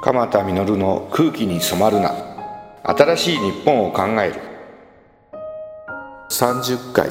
鎌田実の空気に染まるな、新しい日本を考える。30回。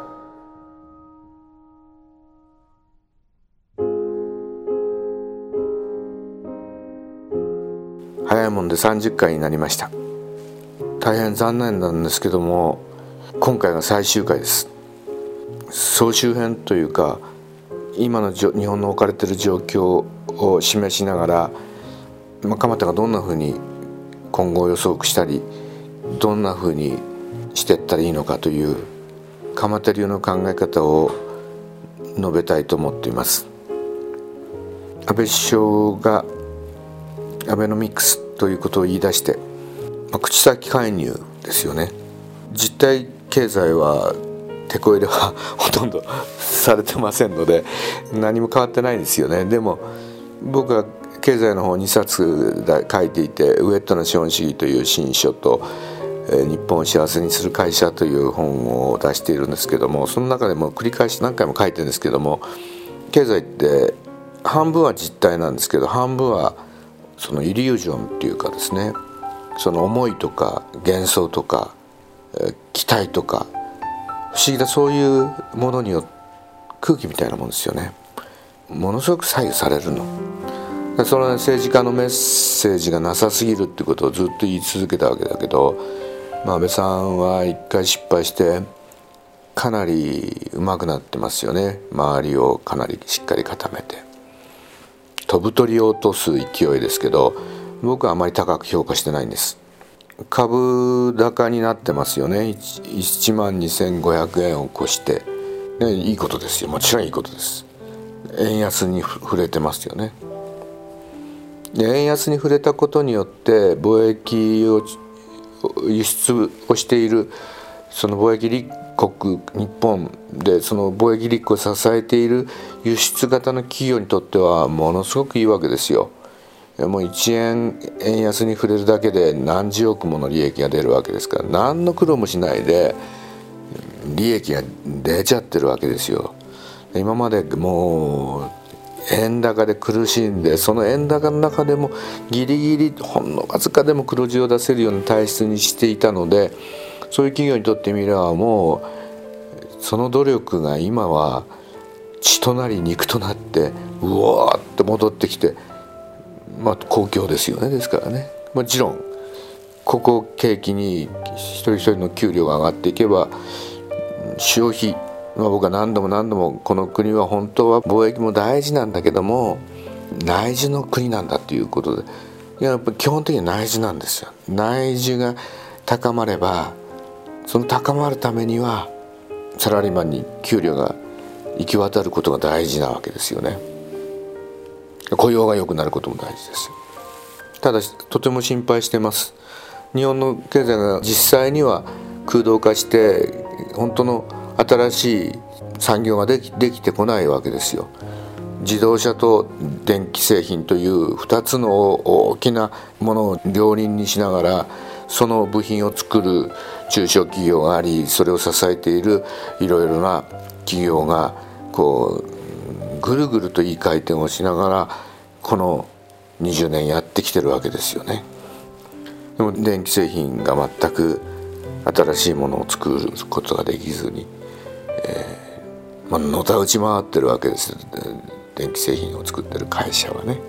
早いもんで30回になりました。大変残念なんですけども、今回が最終回です。総集編というか、今の日本の置かれている状況を示しながら、鎌田がどんなふうに今後予測したり、どんなふうにしていったらいいのかという鎌田流の考え方を述べたいと思っています。安倍首相がアベノミクスということを言い出して、口先介入ですよね。実体経済はテこ入れはほとんどされてませんので何も変わってないですよね。でも僕は経済の方2冊書いていて、ウェットな資本主義という新書と、日本を幸せにする会社という本を出しているんですけども、その中でも繰り返し何回も書いてるんですけども、経済って半分は実体なんですけど、半分はそのイリュージョンっていうかですね、その思いとか幻想とか期待とか不思議なそういうものによって空気みたいなもんですよね。ものすごく左右されるの。その政治家のメッセージがなさすぎるっていうことをずっと言い続けたわけだけど、安倍さんは一回失敗してかなり上手くなってますよね。周りをかなりしっかり固めて飛ぶ鳥を落とす勢いですけど、僕はあまり高く評価してないんです。株高になってますよね。1万2500円を越して、ね、いいことですよ。もちろんいいことです。円安に触れてますよね。で、円安に触れたことによって貿易を輸出をしているその貿易立国日本で、その貿易立国を支えている輸出型の企業にとってはものすごくいいわけですよ。もう1円円安に触れるだけで何十億もの利益が出るわけですから、何の苦労もしないで利益が出ちゃってるわけですよ。今までもう円高で苦しんで、その円高の中でもギリギリほんのわずかでも黒字を出せるような体質にしていたので、そういう企業にとってみればもうその努力が今は血となり肉となってうわーって戻ってきて、好況ですよね。ですからね、もちろんここを契機に一人一人の給料が上がっていけば消費、僕は何度もこの国は本当は貿易も大事なんだけども内需の国なんだということで、やっぱり基本的には内需なんですよ。内需が高まれば、その高まるためにはサラリーマンに給料が行き渡ることが大事なわけですよね。雇用が良くなることも大事です。ただしとても心配してます。日本の経済が実際には空洞化して本当の新しい産業ができてこないわけですよ。自動車と電気製品という2つの大きなものを両輪にしながら、その部品を作る中小企業があり、それを支えているいろいろな企業がこうぐるぐるといい回転をしながらこの20年やってきてるわけですよね。でも電気製品が全く新しいものを作ることができずに、のたうち回ってるわけです。電気製品を作ってる会社はね。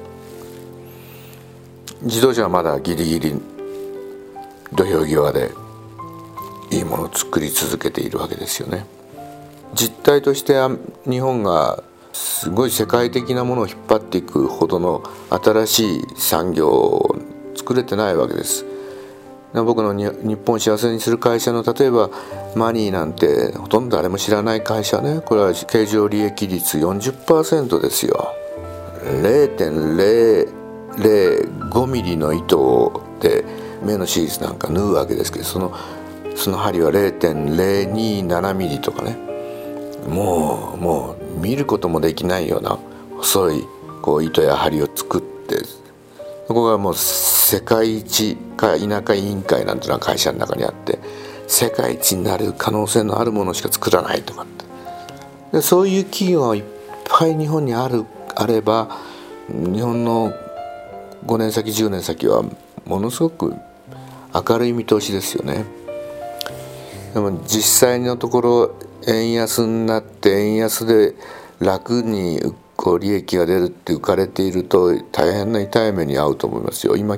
自動車はまだギリギリ土俵際でいいものを作り続けているわけですよね。実態として日本がすごい世界的なものを引っ張っていくほどの新しい産業を作れてないわけです。僕の日本を幸せにする会社の例えばマニーなんてほとんど誰も知らない会社ね。これは経常利益率 40% ですよ。 0.005 ミリの糸で目の手術なんか縫うわけですけど、その針は 0.027 ミリとかね、もう見ることもできないような細い糸や針を作って、そこがもう世界一か否か委員会なんていうのは会社の中にあって、世界一になる可能性のあるものしか作らないとかって、でそういう企業がいっぱい日本にあれば、日本の 5年先10年先はものすごく明るい見通しですよね。でも実際のところ円安になって円安で楽に利益が出るって浮かれていると大変な痛い目に遭うと思いますよ。今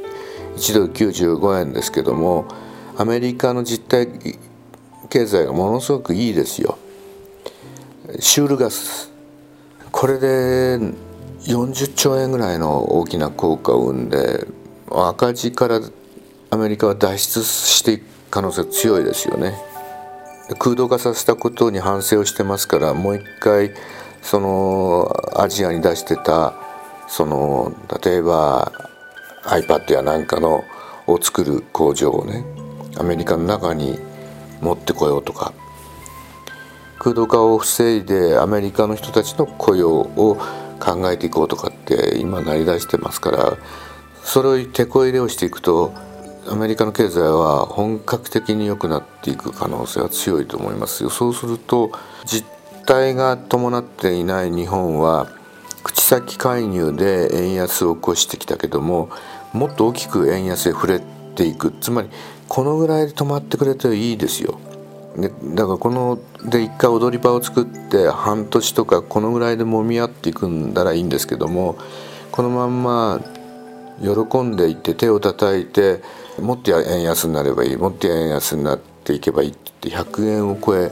1ドル95円ですけども、アメリカの実体経済がものすごくいいですよ。シュールガス、これで40兆円ぐらいの大きな効果を生んで、赤字からアメリカは脱出していく可能性が強いですよね。空洞化させたことに反省をしてますから、もう一回そのアジアに出してた例えば iPad やなんかのを作る工場をね、アメリカの中に持ってこようとか、空洞化を防いでアメリカの人たちの雇用を考えていこうとかって今なりだしてますから、それを手こ入れをしていくとアメリカの経済は本格的に良くなっていく可能性は強いと思いますよ。そうすると実態が伴っていない日本は口先介入で円安を起こしてきたけども、もっと大きく円安へ触れていく、つまりこのぐらいで止まってくれていいですよ。でだからこので一回踊り場を作って半年とかこのぐらいで揉み合っていくんならいいんですけども、このまんま喜んでいって手を叩いてもっと円安になればいい、もっと円安になっていけばいいって100円を超え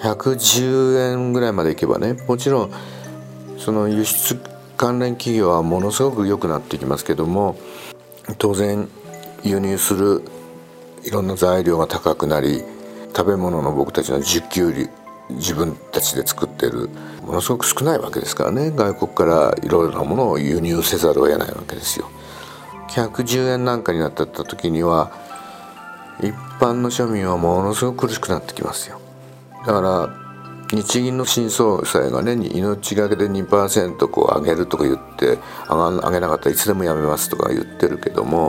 110円ぐらいまでいけばね、もちろんその輸出関連企業はものすごく良くなってきますけども、当然輸入するいろんな材料が高くなり、食べ物の僕たちの自給率、自分たちで作っているものすごく少ないわけですからね、外国からいろいろなものを輸入せざるを得ないわけですよ。110円なんかになった時には一般の庶民はものすごく苦しくなってきますよ。だから日銀の新総裁がね、命がけで 2% こう上げるとか言って上げなかったらいつでもやめますとか言ってるけども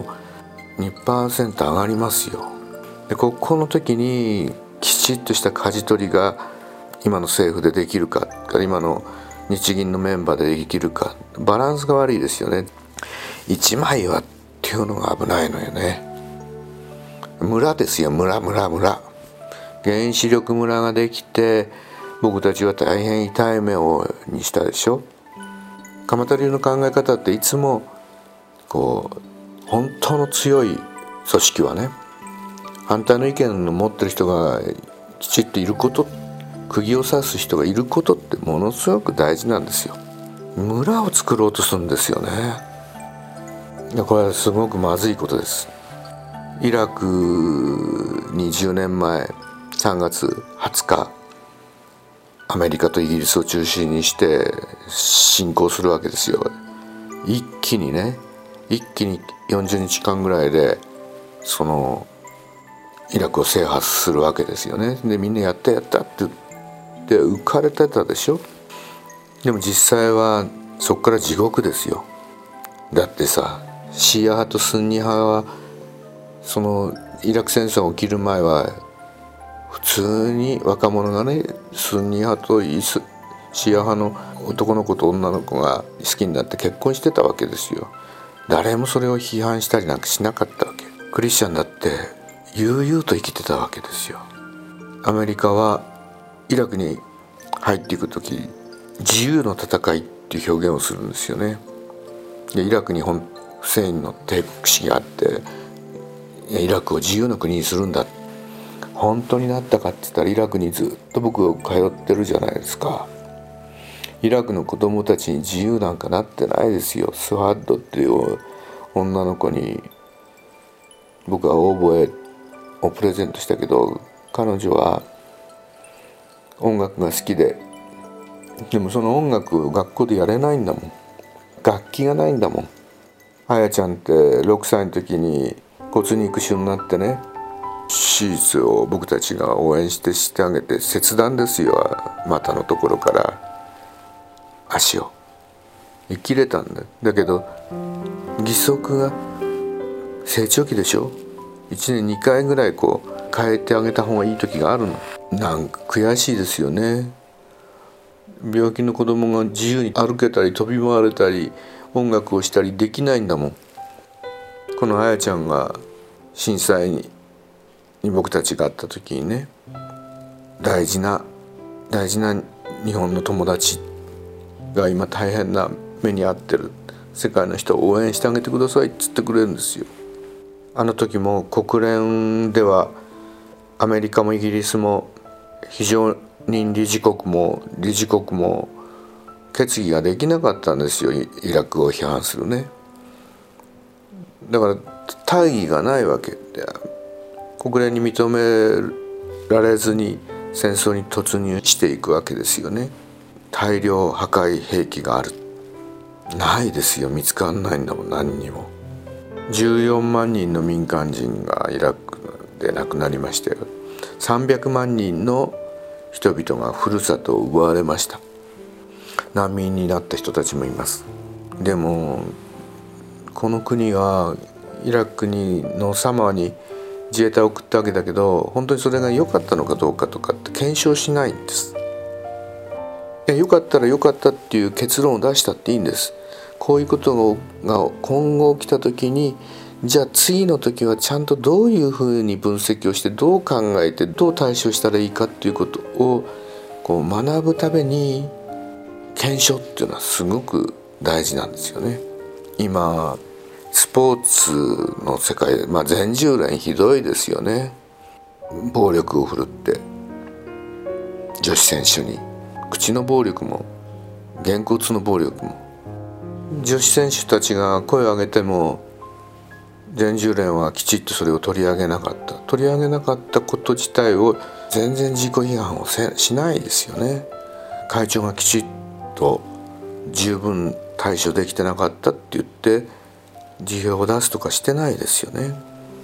2% 上がりますよ。でこの時にきちっとした舵取りが今の政府でできるか、今の日銀のメンバーでできるか、バランスが悪いですよね。一枚岩っていうのが危ないのよね。村ですよ、村。原子力村ができて僕たちは大変痛い目にしたでしょ。鎌田流の考え方っていつもこう本当の強い組織はね、反対の意見を持ってる人がきちっといること、釘を刺す人がいることってものすごく大事なんですよ。村を作ろうとするんですよね。これはすごくまずいことです。イラクに10年前3月20日アメリカとイギリスを中心にして侵攻するわけですよ。一気に40日間ぐらいでそのイラクを制覇するわけですよね。でみんなやったって言って浮かれてたでしょ。でも実際はそこから地獄ですよ。だってさ、シーア派とスンニ派はそのイラク戦争が起きる前は普通に若者がね、スンニ派とシーア派の男の子と女の子が好きになって結婚してたわけですよ。誰もそれを批判したりなんかしなかったわけ。クリスチャンだって悠々と生きてたわけですよ。アメリカはイラクに入っていく時自由の戦いっていう表現をするんですよね。でイラクにフセインの帝国主義があって、イラクを自由の国にするんだ、本当になったかって言ったらイラクにずっと僕通ってるじゃないですか。イラクの子供たちに自由なんかなってないですよ。スハッドっていう女の子に僕はオーボエをプレゼントしたけど、彼女は音楽が好きでもその音楽を学校でやれないんだもん。楽器がないんだもん。あやちゃんって6歳の時に骨肉腫になってね、手術を僕たちが応援してあげて、切断ですよ、股のところから足を生きれたんだ。だけど義足が成長期でしょ。1年2回ぐらいこう変えてあげた方がいい時があるの。なんか悔しいですよね。病気の子供が自由に歩けたり飛び回れたり音楽をしたりできないんだもん。 このあやちゃんが震災に僕たちが会った時にね、大事な日本の友達が今大変な目に遭ってる、世界の人を応援してあげてくださいって言ってくれるんですよ。あの時も国連ではアメリカもイギリスも非常任理事国も決議ができなかったんですよ、イラクを批判するね。だから大義がないわけで、国連に認められずに戦争に突入していくわけですよね。大量破壊兵器がある、ないですよ、見つかんないんだもん。何にも14万人の民間人がイラクで亡くなりましたよ。300万人の人々がふるさとを奪われました。難民になった人たちもいます。でもこの国がイラクのサマーに自衛隊を送ったわけだけど、本当にそれが良かったのかどうかとかって検証しないんです。良かったら良かったっていう結論を出したっていいんです。こういうことが今後起きた時に、じゃあ次の時はちゃんとどういうふうに分析をして、どう考えてどう対処したらいいかっていうことを学ぶために検証っていうのはすごく大事なんですよね。今スポーツの世界で、全10連ひどいですよね。暴力を振るって女子選手に、口の暴力もげんこつの暴力も、女子選手たちが声を上げても全10連はきちっとそれを取り上げなかったこと自体を全然自己批判をしないですよね。会長がきちっと十分対処できてなかったって言って辞表を出すとかしてないですよね。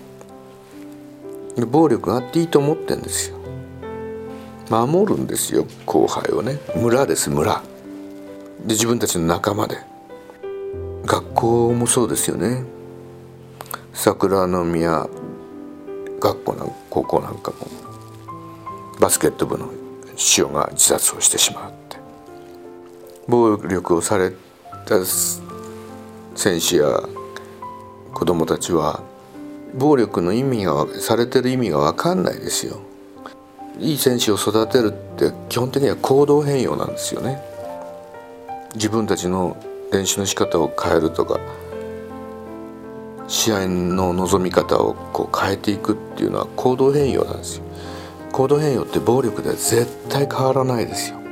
暴力があっていいと思ってんですよ。守るんですよ、後輩をね。村です、村で、自分たちの仲間で。学校もそうですよね。桜宮学校高校なんかもバスケット部の師匠が自殺をしてしまうって、暴力をされた選手や子どもたちは暴力の意味がされてる意味が分かんないですよ。いい選手を育てるって基本的には行動変容なんですよね。自分たちの練習の仕方を変えるとか、試合の望み方を変えていくっていうのは行動変容なんですよ。行動変容って暴力では絶対変わらないですよ。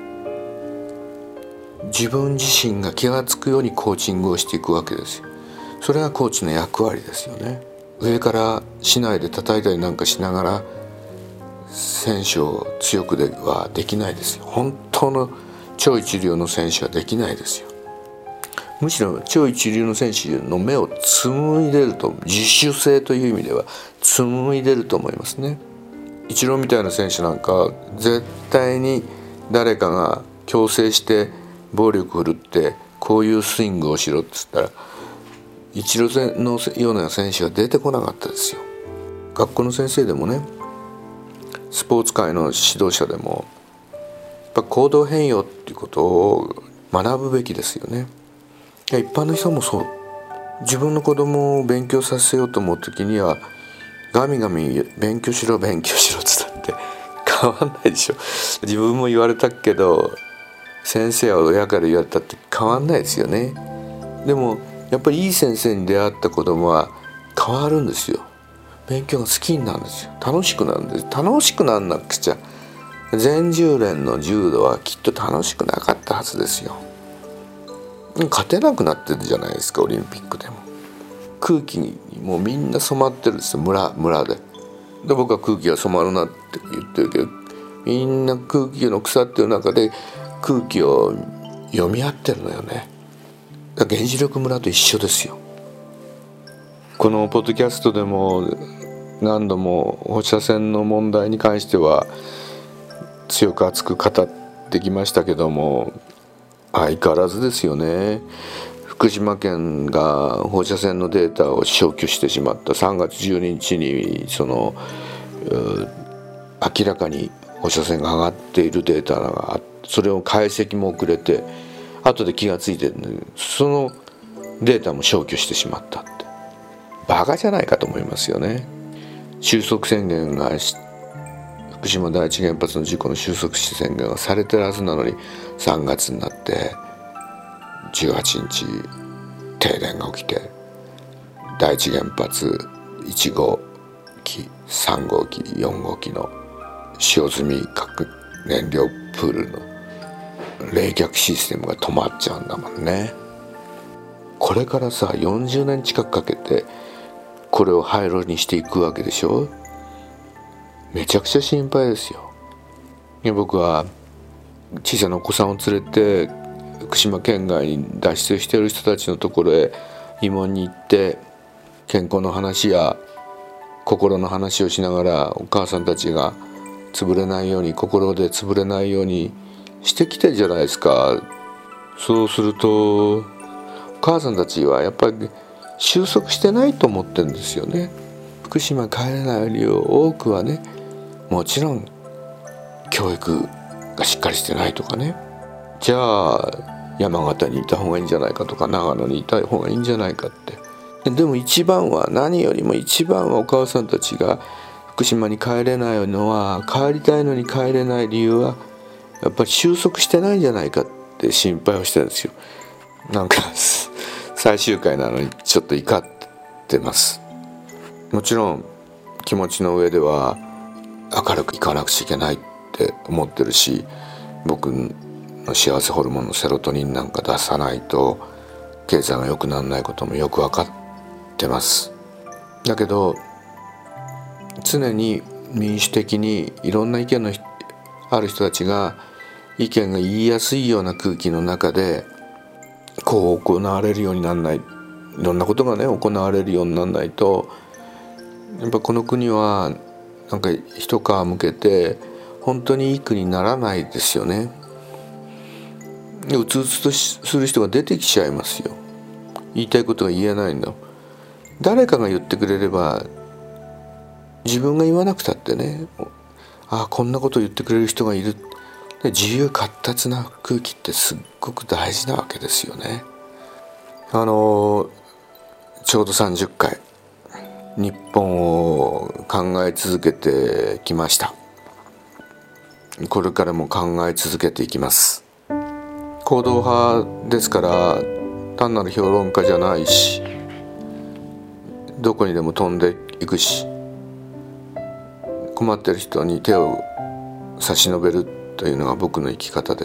自分自身が気が付くようにコーチングをしていくわけですよ。それがコーチの役割ですよね。上から竹刀で叩いたりなんかしながら選手を強くではできないですよ。本当の超一流の選手はできないですよ。むしろ超一流の選手の目を紡いでると、自主性という意味では紡いでると思いますね。イチローみたいな選手なんか絶対に誰かが強制して暴力を振るってこういうスイングをしろって言ったら、イチローのような選手は出てこなかったですよ。学校の先生でもね、スポーツ界の指導者でもやっぱ行動変容っていうことを学ぶべきですよね。一般の人もそう。自分の子供を勉強させようと思う時にはガミガミ勉強しろって言ったって変わんないでしょ。自分も言われたけど先生や親から言われたって変わんないですよね。でもやっぱりいい先生に出会った子供は変わるんですよ。勉強が好きになるんですよ。楽しくなるんです。楽しくなんなくちゃ全10連の柔道はきっと楽しくなかったはずですよ。勝てなくなってるじゃないですか、オリンピックでも。空気にもうみんな染まってるんですよ、村で。僕は空気が染まるなって言ってるけど、みんな空気の腐ってる中で空気を読み合ってるのよね。だから原子力村と一緒ですよ。このポッドキャストでも何度も放射線の問題に関しては強く熱く語ってきましたけども、相変わらずですよね。福島県が放射線のデータを消去してしまった3月12日に明らかに放射線が上がっているデータがあって、それを解析も遅れて後で気がついてるんで、そのデータも消去してしまったって。 バカじゃないかと思いますよね。収束宣言が福島第一原発の事故の収束宣言がされてるはずなのに、3月になって18日停電が起きて、第一原発1号機3号機4号機の使用済み核燃料プールの冷却システムが止まっちゃうんだもんね。これからさ40年近くかけてこれを廃炉にしていくわけでしょ。めちゃくちゃ心配ですよ。僕は小さなお子さんを連れて福島県外に脱出している人たちのところへ慰問に行って、健康の話や心の話をしながら、お母さんたちが潰れないように、心で潰れないようにしてきてるじゃないですか。そうするとお母さんたちはやっぱり収束してないと思ってるんですよね。福島帰れない理由多くはね、もちろん教育がしっかりしてないとかね、じゃあ山形にいた方がいいんじゃないかとか、長野にいた方がいいんじゃないかって。でも一番は、何よりも一番はお母さんたちが福島に帰れないのは、帰りたいのに帰れない理由はやっぱり収束してないんじゃないかって心配をしてるんですよ。なんか最終回なのにちょっと怒ってます。もちろん気持ちの上では明るくいかなくちゃいけないって思ってるし、僕の幸せホルモンのセロトニンなんか出さないと経済が良くならないこともよく分かってます。だけど常に民主的にいろんな意見のある人たちが意見が言いやすいような空気の中でこう行われるようにならない、いろんなことがね行われるようにならないと、やっぱこの国はなんか一皮むけて本当にいい国にならないですよね。うつうつとする人が出てきちゃいますよ。言いたいことが言えないんだ。誰かが言ってくれれば、自分が言わなくたってね、ああこんなこと言ってくれる人がいる。で自由闊達な空気ってすっごく大事なわけですよね。ちょうど30回日本を考え続けてきました。これからも考え続けていきます。行動派ですから単なる評論家じゃないし、どこにでも飛んでいくし、困ってる人に手を差し伸べるというのが僕の生き方です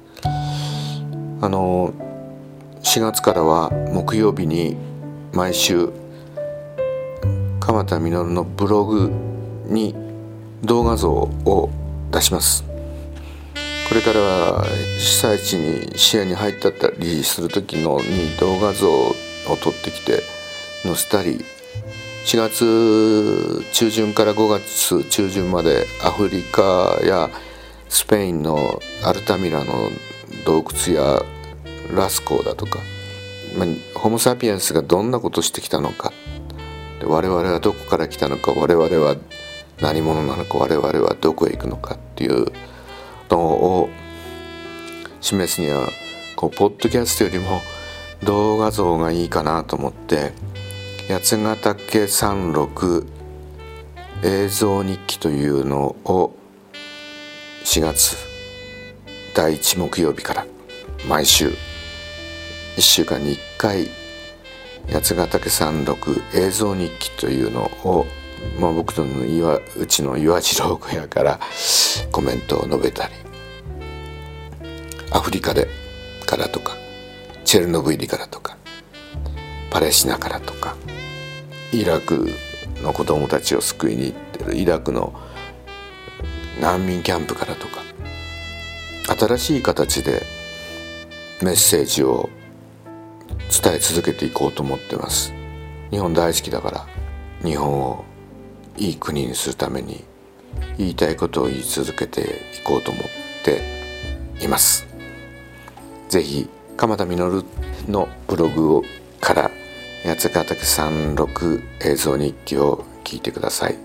。4月からは木曜日に毎週鎌田実のブログに動画像を出します。これからは被災地に支援に入ったりする時に動画像を撮ってきて載せたり、4月中旬から5月中旬までアフリカやスペインのアルタミラの洞窟やラスコーだとか、ホモ・サピエンスがどんなことをしてきたのか、我々はどこから来たのか、我々は何者なのか、我々はどこへ行くのかっていうのを示すにはポッドキャストよりも動画像がいいかなと思って、八ヶ岳山麓映像日記というのを4月第1木曜日から毎週1週間に1回八ヶ岳山麓映像日記というのを、僕のうちの岩次郎小屋からコメントを述べたり、アフリカからとかチェルノブイリからとかパレスチナからとか、イラクの子供たちを救いに行ってるイラクの難民キャンプからとか、新しい形でメッセージを伝え続けていこうと思ってます。日本大好きだから、日本をいい国にするために言いたいことを言い続けていこうと思っています。ぜひ鎌田実のブログから八ヶ岳山麓映像日記を聞いてください。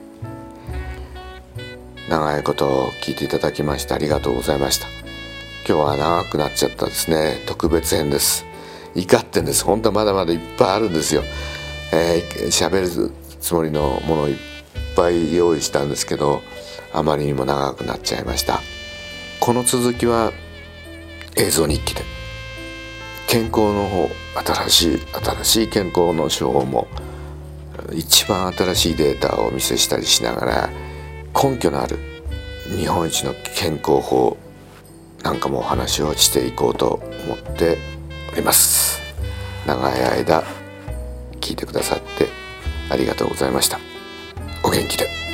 長いこと聞いていただきましてありがとうございました。今日は長くなっちゃったですね。特別編です。怒ってんです。本当はまだまだいっぱいあるんですよ。 喋るつもりのものをいっぱい用意したんですけど、あまりにも長くなっちゃいました。この続きは映像日記で、健康の方、新しい健康の手法も一番新しいデータをお見せしたりしながら、根拠のある日本一の健康法なんかもお話をしていこうと思っております。長い間聞いてくださってありがとうございました。お元気で。